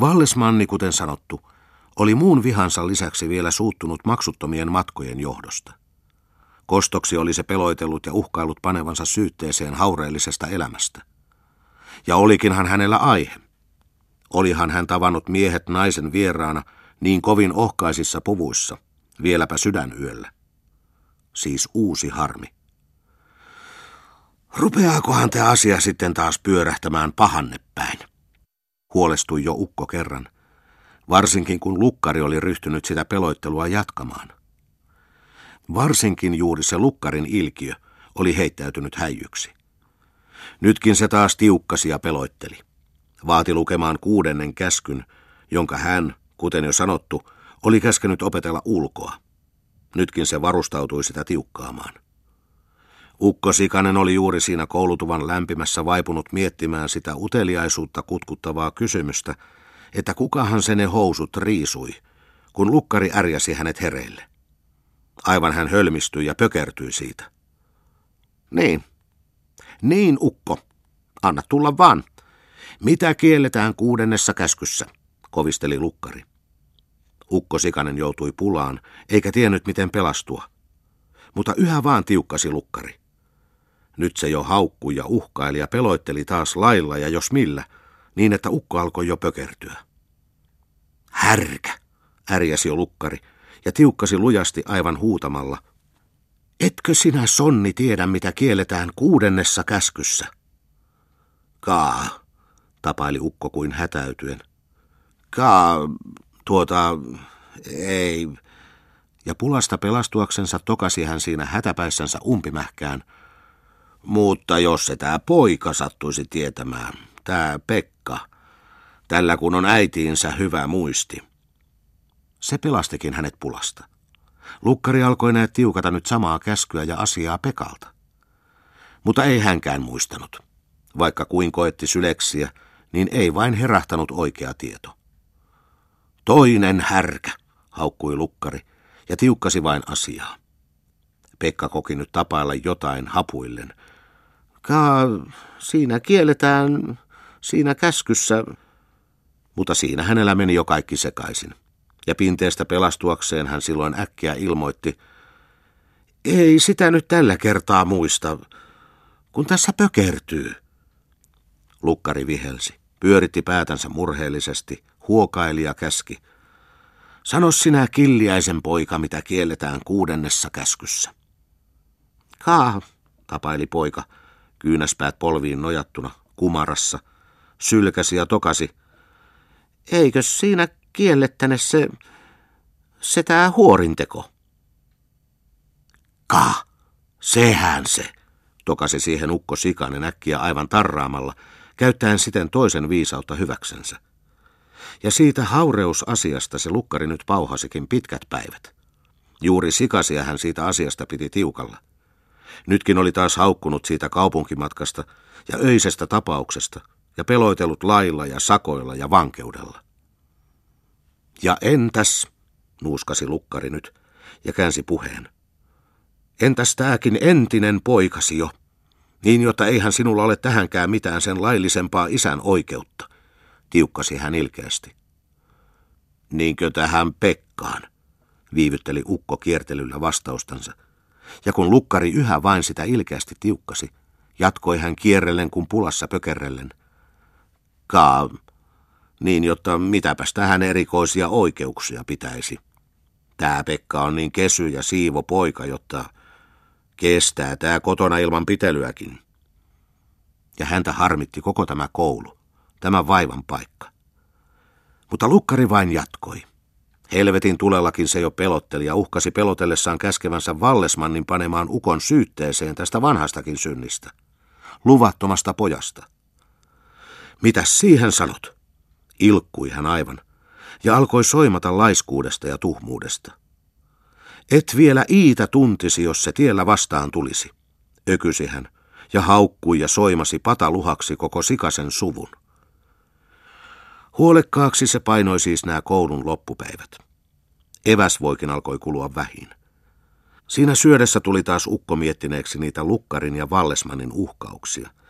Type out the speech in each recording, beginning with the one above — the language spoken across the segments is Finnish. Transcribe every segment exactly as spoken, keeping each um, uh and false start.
Vallesmanni, kuten sanottu, oli muun vihansa lisäksi vielä suuttunut maksuttomien matkojen johdosta. Kostoksi oli se peloitellut ja uhkaillut panevansa syytteeseen haureellisesta elämästä. Ja olikinhan hänellä aihe. Olihan hän tavannut miehet naisen vieraana niin kovin ohkaisissa puvuissa, vieläpä sydänyöllä. Siis uusi harmi. Rupeaakohan tämä asia sitten taas pyörähtämään pahanne päin? Huolestui jo ukko kerran, varsinkin kun lukkari oli ryhtynyt sitä peloittelua jatkamaan. Varsinkin juuri se lukkarin ilkiö oli heittäytynyt häijyksi. Nytkin se taas tiukkasi ja peloitteli. Vaati lukemaan kuudennen käskyn, jonka hän, kuten jo sanottu, oli käskenyt opetella ulkoa. Nytkin se varustautui sitä tiukkaamaan. Ukko Sikanen oli juuri siinä koulutuvan lämpimässä vaipunut miettimään sitä uteliaisuutta kutkuttavaa kysymystä, että kukahan se ne housut riisui, kun lukkari ärjäsi hänet hereille. Aivan hän hölmistyi ja pökertyi siitä. Niin, niin ukko, anna tulla vaan. Mitä kielletään kuudennessa käskyssä, kovisteli lukkari. Ukko Sikanen joutui pulaan, eikä tiennyt miten pelastua. Mutta yhä vaan tiukkasi lukkari. Nyt se jo haukkui ja uhkaili ja peloitteli taas lailla ja jos millä, niin että ukko alkoi jo pökertyä. Härkä, ärjäsi jo lukkari ja tiukkasi lujasti aivan huutamalla. Etkö sinä, sonni, tiedä mitä kielletään kuudennessa käskyssä? Kaa, tapaili ukko kuin hätäytyen. Kaa, tuota, ei. Ja pulasta pelastuaksensa tokasi hän siinä hätäpäissänsä umpimähkään. Mutta jos se tää poika sattuisi tietämään, tää Pekka, tällä kun on äitiinsä hyvä muisti. Se pelastikin hänet pulasta. Lukkari alkoi näet tiukata nyt samaa käskyä ja asiaa Pekalta. Mutta ei hänkään muistanut. Vaikka kuin koetti syleksiä, niin ei vain herahtanut oikea tieto. Toinen härkä, haukkui lukkari ja tiukkasi vain asiaa. Pekka koki nyt tapailla jotain hapuillen. Kaa, siinä kielletään, siinä käskyssä. Mutta siinä hänellä meni jo kaikki sekaisin. Ja pinteestä pelastuakseen hän silloin äkkiä ilmoitti. Ei sitä nyt tällä kertaa muista, kun tässä pökertyy. Lukkari vihelsi, pyöritti päätänsä murheellisesti, huokaili ja käski. Sano sinä, killiäisen poika, mitä kielletään kuudennessa käskyssä. Kaa, tapaili poika, kyynäspäät polviin nojattuna, kumarassa, sylkäsi ja tokasi. Eikö siinä kiellettäne se, se tää huorinteko? Kaa, sehän se, tokasi siihen ukko Sikanen äkkiä aivan tarraamalla, käyttäen siten toisen viisautta hyväksensä. Ja siitä haureusasiasta se lukkari nyt pauhasikin pitkät päivät. Juuri Sikasia hän siitä asiasta piti tiukalla. Nytkin oli taas haukkunut siitä kaupunkimatkasta ja öisestä tapauksesta ja peloitellut lailla ja sakoilla ja vankeudella. Ja entäs, nuuskasi lukkari nyt ja käänsi puheen. Entäs tääkin entinen poikasi jo, niin jotta eihän sinulla ole tähänkään mitään sen laillisempaa isän oikeutta, tiukkasi hän ilkeästi. Niinkö tähän Pekkaan, viivytteli ukko kiertelyllä vastaustansa, ja kun lukkari yhä vain sitä ilkeästi tiukkasi, jatkoi hän kierrellen kuin pulassa pökerrellen. Kaa, niin jotta mitäpäs tähän erikoisia oikeuksia pitäisi. Tää Pekka on niin kesy ja siivo poika, jotta kestää tää kotona ilman pitelyäkin. Ja häntä harmitti koko tämä koulu, tämä vaivan paikka. Mutta lukkari vain jatkoi. Helvetin tulellakin se jo pelotteli ja uhkasi pelotellessaan käskevänsä Vallesmannin panemaan ukon syytteeseen tästä vanhastakin synnistä, luvattomasta pojasta. Mitäs siihen sanot? Ilkkui hän aivan ja alkoi soimata laiskuudesta ja tuhmuudesta. Et vielä iitä tuntisi, jos se tiellä vastaan tulisi, ökysi hän ja haukkui ja soimasi pataluhaksi koko Sikasen suvun. Huolekkaaksi se painoi siis nämä koulun loppupäivät. Eväsvoikin alkoi kulua vähin. Siinä syödessä tuli taas ukko miettineeksi niitä lukkarin ja Vallesmannin uhkauksia.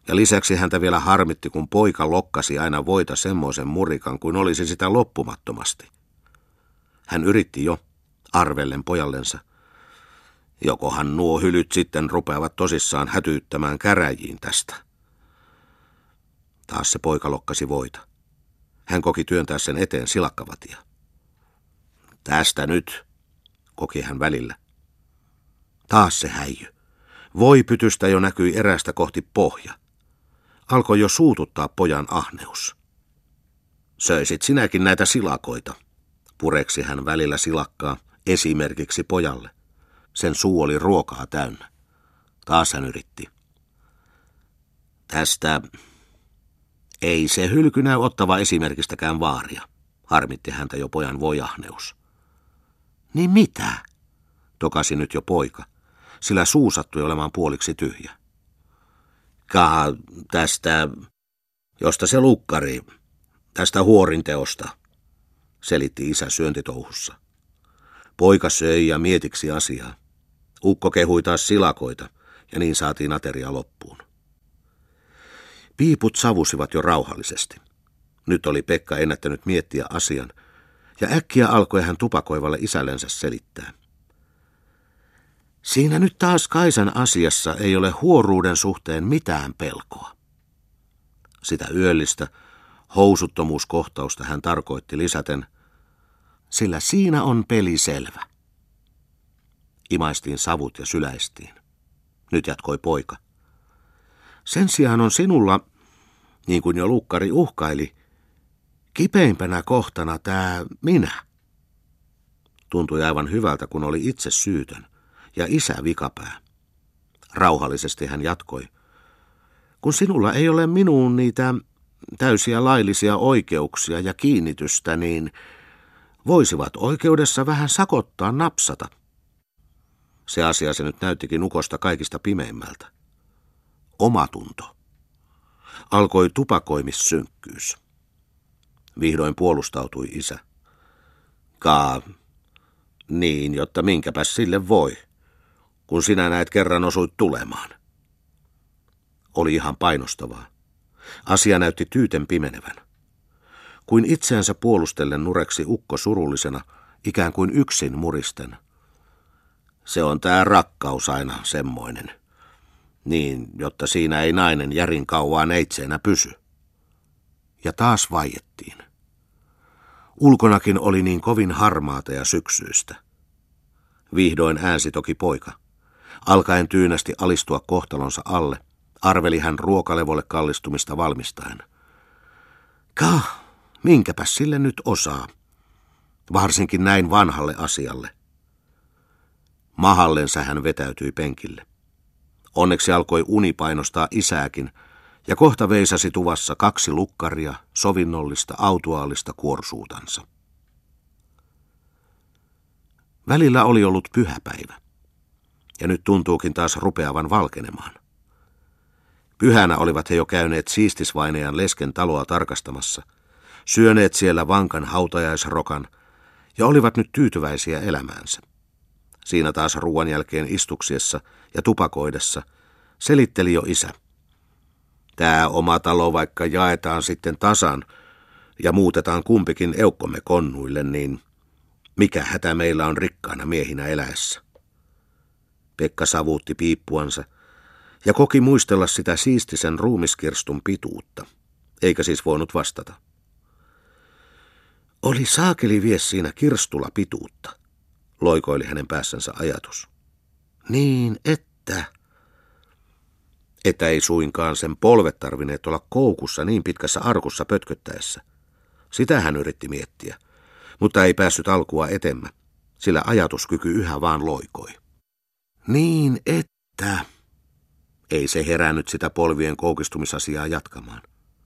Ja lisäksi häntä vielä harmitti, kun poika lokkasi aina voita semmoisen murikan, kuin olisi sitä loppumattomasti. Hän yritti jo, arvellen pojallensa. Jokohan nuo hylyt sitten rupeavat tosissaan hätyyttämään käräjiin tästä. Taas se poika lokkasi voita. Hän koki työntää sen eteen silakkavatia. Tästä nyt, koki hän välillä. Taas se häijy. Voipytystä jo näkyi erästä kohti pohja. Alkoi jo suututtaa pojan ahneus. Söisit sinäkin näitä silakoita, pureksi hän välillä silakkaa esimerkiksi pojalle. Sen suu oli ruokaa täynnä. Taas hän yritti. Tästä ei se hylky näy ottava esimerkistäkään vaaria, harmitti häntä jo pojan vojahneus. Niin mitä? Tokasi nyt jo poika, sillä suu sattui olemaan puoliksi tyhjä. Kaa tästä, josta se lukkari, tästä huorinteosta, selitti isä syöntitouhussa. Poika söi ja mietiksi asiaa. Ukko kehui taas silakoita, ja niin saatiin ateria loppuun. Piiput savusivat jo rauhallisesti. Nyt oli Pekka ennättänyt miettiä asian, ja äkkiä alkoi hän tupakoivalle isällensä selittää. Siinä nyt taas Kaisan asiassa ei ole huoruuden suhteen mitään pelkoa. Sitä yöllistä housuttomuuskohtausta hän tarkoitti lisäten, sillä siinä on peli selvä. Imaistiin savut ja syläistiin. Nyt jatkoi poika. Sen sijaan on sinulla, niin kuin jo lukkari uhkaili, kipeimpänä kohtana tää minä. Tuntui aivan hyvältä, kun oli itse syytön ja isä vikapää. Rauhallisesti hän jatkoi. Kun sinulla ei ole minuun niitä täysiä laillisia oikeuksia ja kiinnitystä, niin voisivat oikeudessa vähän sakottaa napsata. Se asia se nyt näyttikin ukosta kaikista pimeimmältä. Omatunto. Alkoi tupakoimissynkkyys. Vihdoin puolustautui isä. Kaa, niin, jotta minkäpäs sille voi, kun sinä näet kerran osuit tulemaan. Oli ihan painostavaa. Asia näytti tyyten pimenevän. Kuin itseänsä puolustellen nureksi ukko surullisena, ikään kuin yksin muristen. Se on tää rakkaus aina semmoinen. Niin, jotta siinä ei nainen järin kauaa neitseenä pysy. Ja taas vaiettiin. Ulkonakin oli niin kovin harmaata ja syksyistä. Vihdoin äänsi toki poika. Alkaen tyynästi alistua kohtalonsa alle, arveli hän ruokalevolle kallistumista valmistaen. Kah, minkäpäs sille nyt osaa, varsinkin näin vanhalle asialle. Mahallensa hän vetäytyi penkille. Onneksi alkoi uni painostaa isääkin, ja kohta veisasi tuvassa kaksi lukkaria, sovinnollista, autuaalista kuorsuutansa. Välillä oli ollut pyhäpäivä, ja nyt tuntuukin taas rupeavan valkenemaan. Pyhänä olivat he jo käyneet siistisvainajan lesken taloa tarkastamassa, syöneet siellä vankan hautajaisrokan, ja olivat nyt tyytyväisiä elämäänsä. Siinä taas ruoan jälkeen istuksiessa ja tupakoidessa selitteli jo isä. Tää oma talo vaikka jaetaan sitten tasan ja muutetaan kumpikin eukkomme konnuille, niin mikä hätä meillä on rikkaana miehinä eläessä. Pekka savuutti piippuansa ja koki muistella sitä siistisen ruumiskirstun pituutta, eikä siis voinut vastata. Oli saakeli vie siinä kirstulla pituutta, loikoili hänen päässänsä ajatus. Niin, että... Että ei suinkaan sen polvet tarvineet olla koukussa niin pitkässä arkussa pötköttäessä. Sitä hän yritti miettiä, mutta ei päässyt alkua etemmä, sillä ajatuskyky yhä vaan loikoi. Niin, että... Ei se herännyt sitä polvien koukistumisasiaa jatkamaan.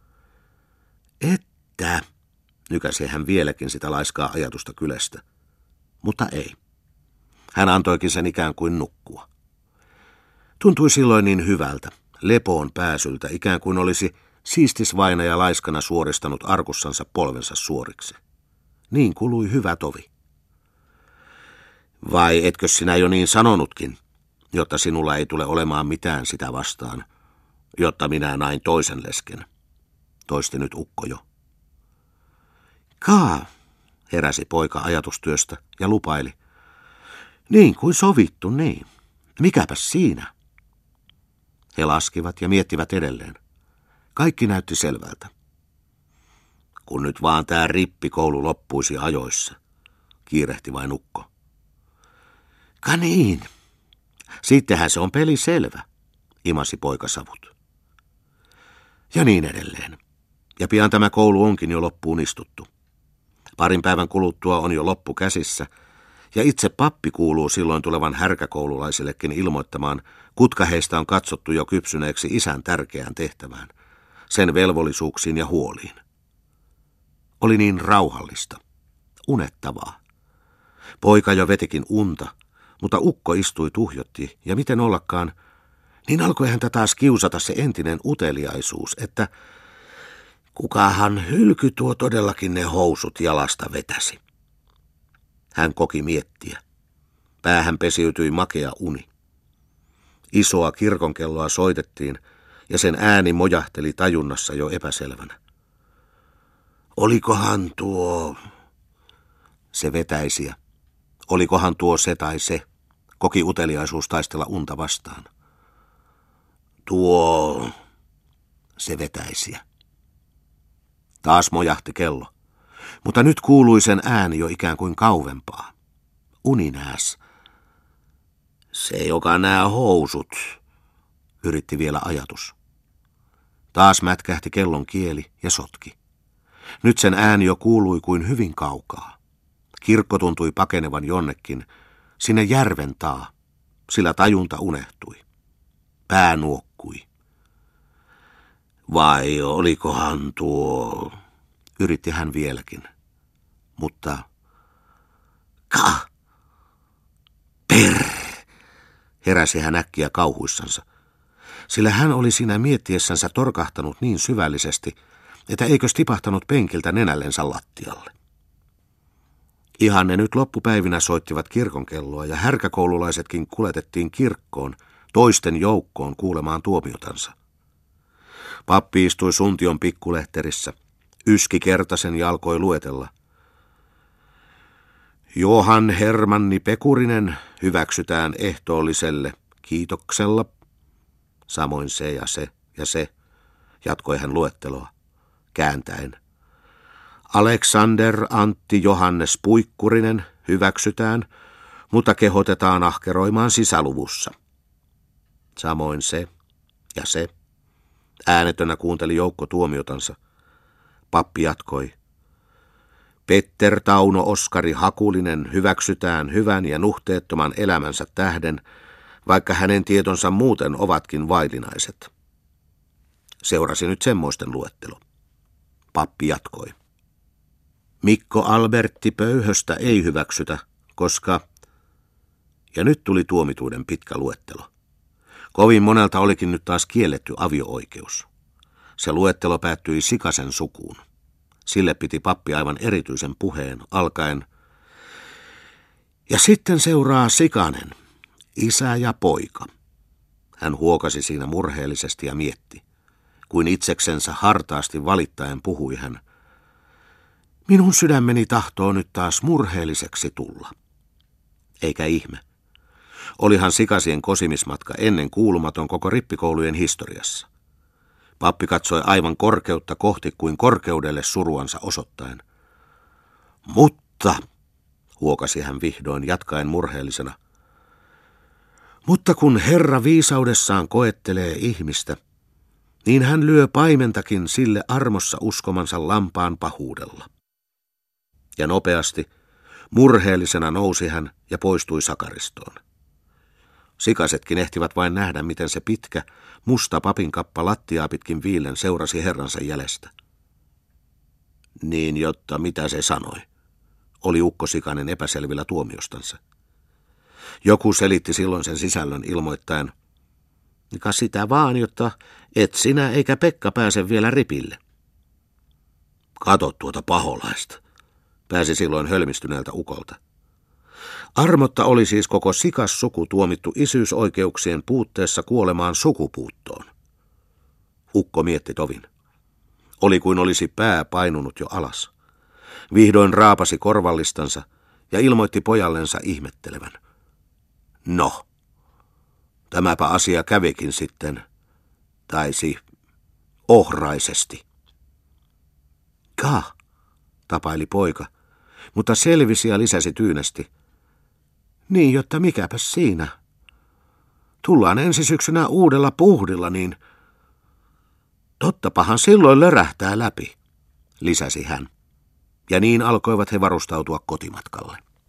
Että... Nykäsi hän vieläkin sitä laiskaa ajatusta kylästä. Mutta ei. Hän antoikin sen ikään kuin nukkua. Tuntui silloin niin hyvältä, lepoon pääsyltä, ikään kuin olisi siistisvainaja laiskana suoristanut arkussansa polvensa suoriksi. Niin kului hyvä tovi. Vai etkö sinä jo niin sanonutkin, jotta sinulla ei tule olemaan mitään sitä vastaan, jotta minä nain toisen lesken, toisti nyt ukko jo. Kaa, Heräsi poika ajatustyöstä ja lupaili. Niin kuin sovittu, niin. Mikäpäs siinä? He laskivat ja miettivät edelleen. Kaikki näytti selvältä. Kun nyt vaan tää rippikoulu loppuisi ajoissa, kiirehti vain ukko. Ka niin. Sittenhän se on peli selvä, imasi poika savut. Ja niin edelleen. Ja pian tämä koulu onkin jo loppuun istuttu. Parin päivän kuluttua on jo loppu käsissä, ja itse pappi kuuluu silloin tulevan härkäkoululaisillekin ilmoittamaan, kutka heistä on katsottu jo kypsyneeksi isän tärkeään tehtävään, sen velvollisuuksiin ja huoliin. Oli niin rauhallista, unettavaa. Poika jo vetikin unta, mutta ukko istui tuhjotti, ja miten ollakaan, niin alkoi häntä taas kiusata se entinen uteliaisuus, että kukahan hylky tuo todellakin ne housut jalasta vetäsi. Hän koki miettiä. Päähän pesiytyi makea uni. Isoa kirkonkelloa soitettiin, ja sen ääni mojahteli tajunnassa jo epäselvänä. Olikohan tuo... Se vetäisiä. Olikohan tuo se tai se? Koki uteliaisuus taistella unta vastaan. Tuo... Se vetäisiä. Taas mojahti kello. Mutta nyt kuului sen ääni jo ikään kuin kauempaa. Uninääs. Se, joka nää housut, yritti vielä ajatus. Taas mätkähti kellon kieli ja sotki. Nyt sen ääni jo kuului kuin hyvin kaukaa. Kirkko tuntui pakenevan jonnekin, sinne järven taa, sillä tajunta unehtui. Pää nuokkui. Vai olikohan tuo... Yritti hän vieläkin. Mutta... Ka! Per! Heräsi hän äkkiä kauhuissansa. Sillä hän oli siinä miettiessänsä torkahtanut niin syvällisesti, että eikös tipahtanut penkiltä nenällensä lattialle. Ihan ne nyt loppupäivinä soittivat kirkonkelloa ja härkäkoululaisetkin kuletettiin kirkkoon, toisten joukkoon kuulemaan tuomiotansa. Pappi istui suntion pikkulehterissä, yski kertasen ja alkoi luetella. Johan Hermanni Pekurinen hyväksytään ehtoolliselle kiitoksella. Samoin se ja se ja se, jatkoi hän luetteloa, kääntäen. Aleksander Antti Johannes Puikkurinen hyväksytään, mutta kehotetaan ahkeroimaan sisäluvussa. Samoin se ja se. Äänetönä kuunteli joukko tuomiotansa. Pappi jatkoi. Petter Tauno Oskari Hakulinen hyväksytään hyvän ja nuhteettoman elämänsä tähden, vaikka hänen tietonsa muuten ovatkin vailinaiset. Seurasi nyt semmoisten luettelo. Pappi jatkoi. Mikko Albertti Pöyhöstä ei hyväksytä, koska... Ja nyt tuli tuomituiden pitkä luettelo. Kovin monelta olikin nyt taas kielletty avio-oikeus. Se luettelo päättyi Sikasen sukuun. Sille piti pappi aivan erityisen puheen, alkaen. Ja sitten seuraa Sikanen, isä ja poika. Hän huokasi siinä murheellisesti ja mietti. Kuin itseksensä hartaasti valittaen puhui hän. Minun sydämeni tahtoo nyt taas murheelliseksi tulla. Eikä ihme. Olihan Sikasien kosimismatka ennen kuulumaton koko rippikoulujen historiassa. Pappi katsoi aivan korkeutta kohti kuin korkeudelle suruansa osoittaen. Mutta, huokasi hän vihdoin jatkaen murheellisena, mutta kun Herra viisaudessaan koettelee ihmistä, niin hän lyö paimentakin sille armossa uskomansa lampaan pahuudella. Ja nopeasti, murheellisena nousi hän ja poistui sakaristoon. Sikasetkin ehtivät vain nähdä, miten se pitkä, musta papinkappa lattiaa pitkin viillen seurasi herransa jäljestä. Niin, jotta mitä se sanoi, oli ukko Sikanen epäselvillä tuomiostansa. Joku selitti silloin sen sisällön ilmoittaen, ka sitä vaan, jotta et sinä eikä Pekka pääse vielä ripille. Kato tuota paholaista, pääsi silloin hölmistyneeltä ukolta. Armotta oli siis koko Sikas-suku tuomittu isyysoikeuksien puutteessa kuolemaan sukupuuttoon. Ukko mietti tovin. Oli kuin olisi pää painunut jo alas. Vihdoin raapasi korvallistansa ja ilmoitti pojallensa ihmettelevän. No, tämäpä asia kävikin sitten, taisi ohraisesti. Ka, tapaili poika, mutta selvisi ja lisäsi tyynesti. Niin, jotta mikäpäs siinä. Tullaan ensi syksynä uudella puhdilla, niin tottapahan silloin lörähtää läpi, lisäsi hän. Ja niin alkoivat he varustautua kotimatkalle.